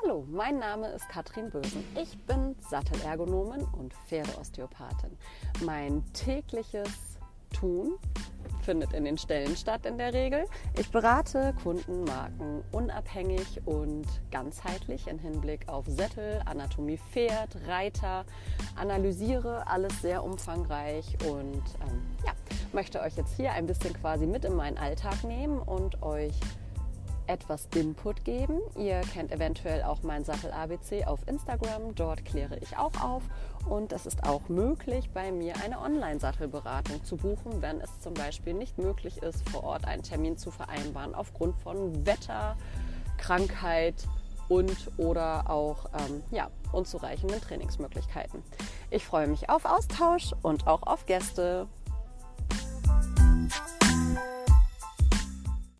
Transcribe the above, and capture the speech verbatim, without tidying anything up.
Hallo, mein Name ist Katrin Bösen. Ich bin Sattelergonomin und Pferdeosteopathin. Mein tägliches Tun findet in den Ställen statt in der Regel. Ich berate Kundenmarken unabhängig und ganzheitlich im Hinblick auf Sättel, Anatomie Pferd, Reiter, analysiere alles sehr umfangreich und ähm, ja, möchte euch jetzt hier ein bisschen quasi mit in meinen Alltag nehmen und euch etwas Input geben. Ihr kennt eventuell auch mein Sattel-A B C auf Instagram, dort kläre ich auch auf und es ist auch möglich, bei mir eine Online-Sattelberatung zu buchen, wenn es zum Beispiel nicht möglich ist, vor Ort einen Termin zu vereinbaren aufgrund von Wetter, Krankheit und oder auch ähm, ja, unzureichenden Trainingsmöglichkeiten. Ich freue mich auf Austausch und auch auf Gäste.